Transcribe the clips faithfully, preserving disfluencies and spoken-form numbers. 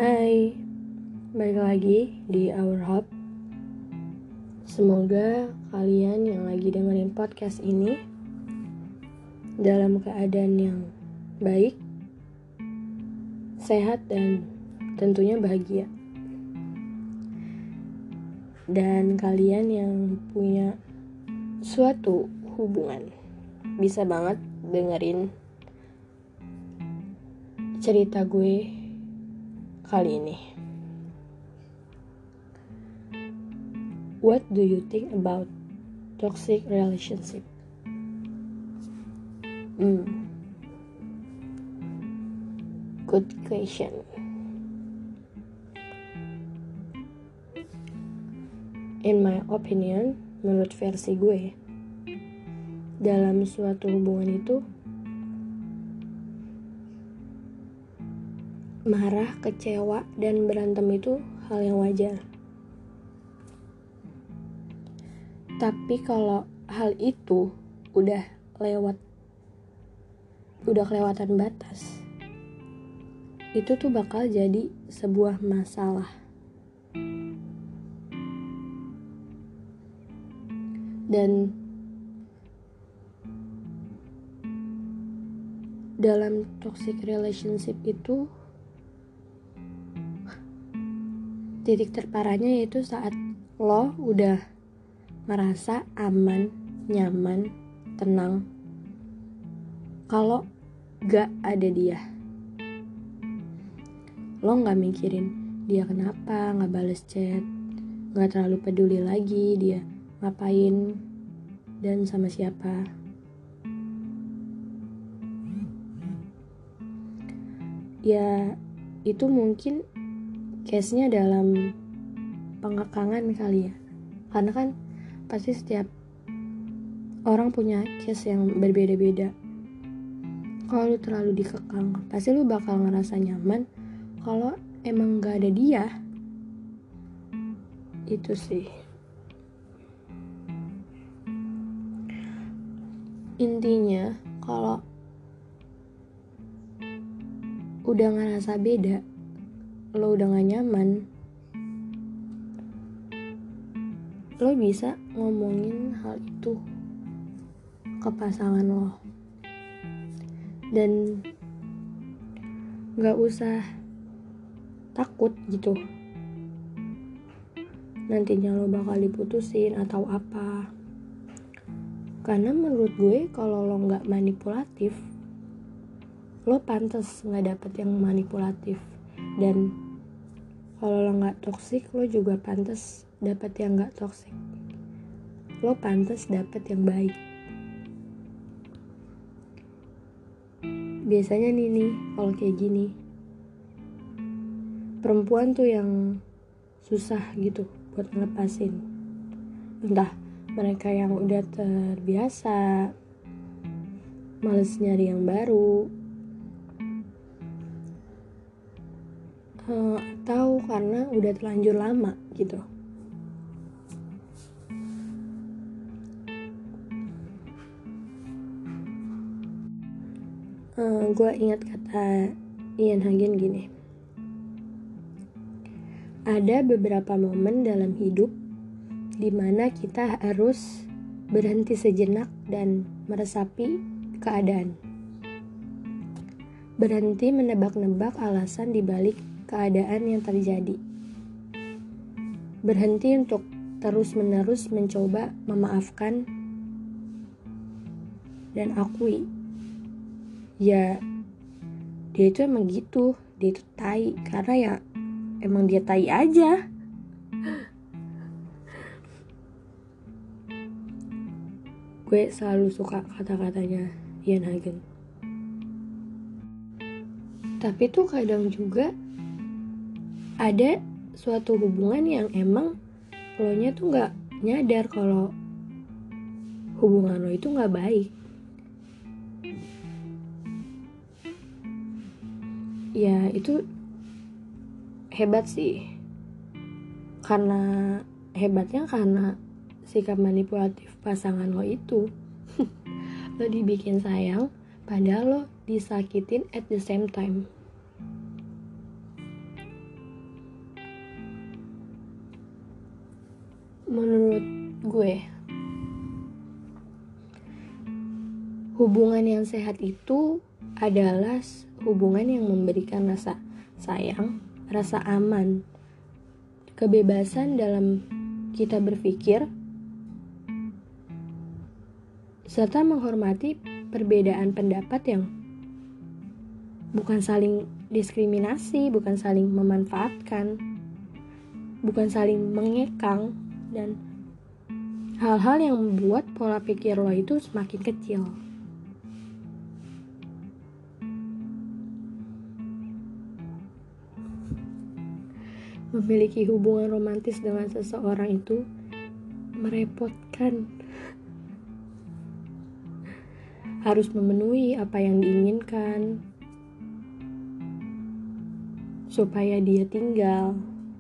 Hai, balik lagi di Our Hub. Semoga kalian yang lagi dengerin podcast ini dalam keadaan yang baik, sehat, dan tentunya bahagia. Dan kalian yang punya suatu hubungan bisa banget dengerin cerita gue kali ini. What do you think about toxic relationship? Hmm. Good question. In my opinion, menurut versi gue, dalam suatu hubungan itu marah, kecewa, dan berantem itu hal yang wajar. Tapi kalau hal itu udah lewat, udah kelewatan batas, itu tuh bakal jadi sebuah masalah. Dan dalam toxic relationship itu titik terparahnya yaitu saat lo udah merasa aman, nyaman, tenang kalau gak ada dia. Lo gak mikirin dia kenapa gak bales chat, gak terlalu peduli lagi dia ngapain dan sama siapa. Ya itu mungkin case-nya dalam pengekangan kali ya. Karena kan pasti setiap orang punya case yang berbeda-beda. Kalau lu terlalu dikekang, pasti lu bakal ngerasa nyaman. Kalau emang gak ada dia, itu sih. Intinya, kalau udah ngerasa beda, lo udah gak nyaman, lo bisa ngomongin hal itu ke pasangan lo. Dan gak usah takut gitu nantinya lo bakal diputusin atau apa. Karena menurut gue kalau lo gak manipulatif, lo pantas gak dapet yang manipulatif. Dan kalau lo gak toksik, lo juga pantas dapet yang gak toksik. Lo pantas dapet yang baik. Biasanya nih nih kalau kayak gini, perempuan tuh yang susah gitu buat ngelepasin. Entah mereka yang udah terbiasa, males nyari yang baru, atau karena udah terlanjur lama gitu. Uh, gue ingat kata Ian Hagen gini, ada beberapa momen dalam hidup dimana kita harus berhenti sejenak dan meresapi keadaan. Berhenti menebak-nebak alasan dibalik keadaan yang terjadi. Berhenti untuk terus-menerus mencoba memaafkan dan akui, ya dia itu emang gitu, dia itu tai, karena ya emang dia tai aja. Gue selalu suka kata-katanya Ian Hagen. Tapi tuh kadang juga ada suatu hubungan yang emang lo nya tuh gak nyadar kalau hubungan lo itu gak baik. Ya itu hebat sih. Karena hebatnya karena sikap manipulatif pasangan lo itu. Lo dibikin sayang padahal lo disakitin at the same time. Menurut gue, hubungan yang sehat itu adalah hubungan yang memberikan rasa sayang, rasa aman, kebebasan dalam kita berpikir, serta menghormati perbedaan pendapat yang bukan saling diskriminasi, bukan saling memanfaatkan, bukan saling mengekang, dan hal-hal yang membuat pola pikir lo itu semakin kecil. Memiliki hubungan romantis dengan seseorang itu merepotkan. Harus memenuhi apa yang diinginkan supaya dia tinggal.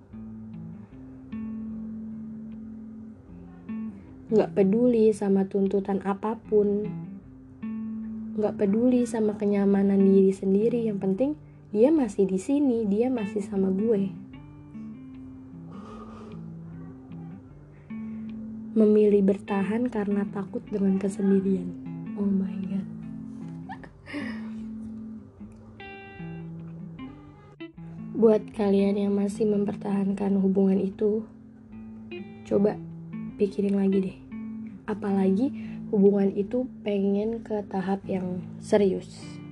Gak peduli sama tuntutan apapun, gak peduli sama kenyamanan diri sendiri. Yang penting dia masih di sini, dia masih sama gue. Memilih bertahan karena takut dengan kesendirian. Oh my god. Buat kalian yang masih mempertahankan hubungan itu, coba pikirin lagi deh. Apalagi hubungan itu pengen ke tahap yang serius.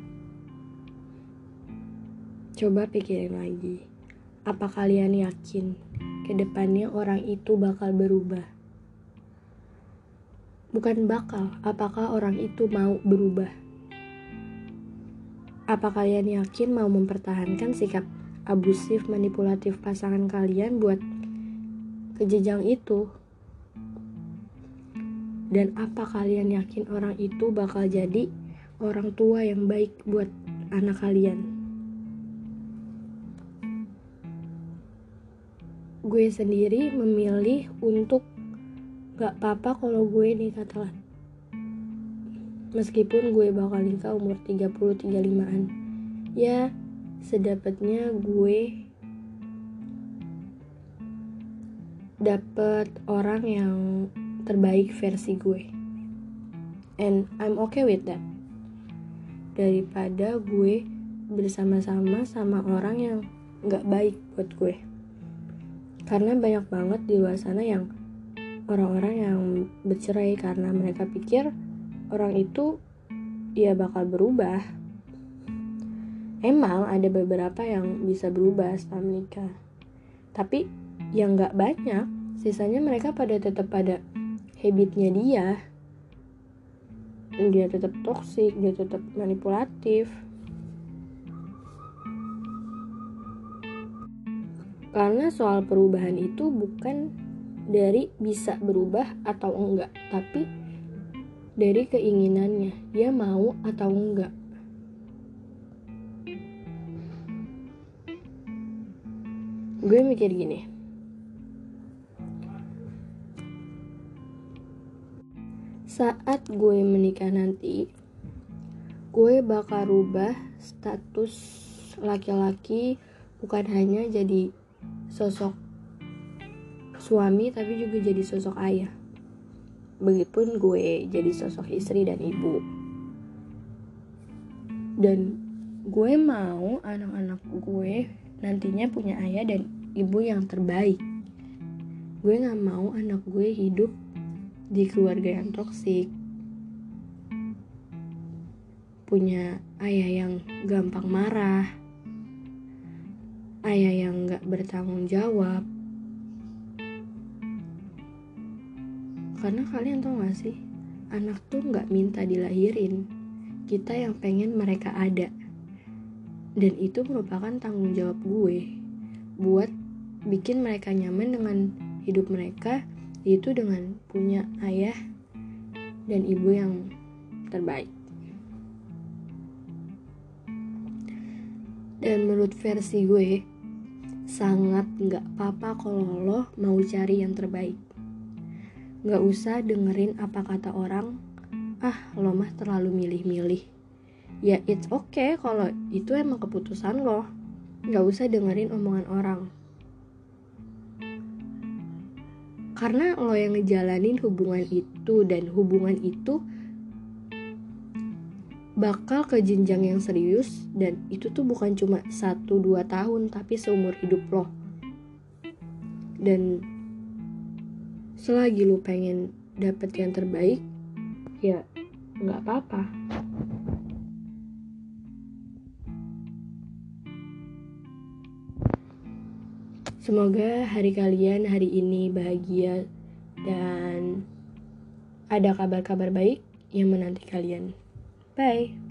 Coba pikirin lagi. Apa kalian yakin ke depannya orang itu bakal berubah? Bukan bakal, apakah orang itu mau berubah? Apa kalian yakin mau mempertahankan sikap abusif, manipulatif pasangan kalian buat ke jenjang itu? Dan apa kalian yakin orang itu bakal jadi orang tua yang baik buat anak kalian? Gue sendiri memilih untuk gak apa-apa kalau gue nikah telat. Meskipun gue bakal nikah umur tiga puluh tiga puluh limaan. Ya, sedapatnya gue dapet orang yang terbaik versi gue. And I'm okay with that. Daripada gue bersama-sama sama orang yang gak baik buat gue. Karena banyak banget di luar sana yang orang-orang yang bercerai karena mereka pikir orang itu ya bakal berubah. Emang ada beberapa yang bisa berubah setelah menikah, tapi yang gak banyak. Sisanya mereka pada tetap pada habitnya dia. Dia tetap toksik, dia tetap manipulatif. Karena soal perubahan itu bukan dari bisa berubah atau enggak, tapi dari keinginannya, dia mau atau enggak. Gue mikir gini, saat gue menikah nanti, gue bakal rubah status laki-laki, bukan hanya jadi sosok suami tapi juga jadi sosok ayah. Begitupun gue jadi sosok istri dan ibu. Dan gue mau anak-anak gue nantinya punya ayah dan ibu yang terbaik. Gue gak mau anak gue hidup di keluarga yang toksik, punya ayah yang gampang marah, ayah yang gak bertanggung jawab. Karena kalian tau gak sih, anak tuh gak minta dilahirin, kita yang pengen mereka ada. Dan itu merupakan tanggung jawab gue buat bikin mereka nyaman dengan hidup mereka, yaitu dengan punya ayah dan ibu yang terbaik. Dan menurut versi gue, sangat gak apa-apa kalau lo mau cari yang terbaik. Gak usah dengerin apa kata orang, ah lo mah terlalu milih-milih. Ya it's okay kalau itu emang keputusan lo. Gak usah dengerin omongan orang. Karena lo yang ngejalanin hubungan itu, dan hubungan itu bakal ke jenjang yang serius, dan itu tuh bukan cuma satu dua tahun, tapi seumur hidup lo. Dan selagi lo pengen dapet yang terbaik, ya gak apa-apa. Semoga hari kalian hari ini bahagia dan ada kabar-kabar baik yang menanti kalian. Bye.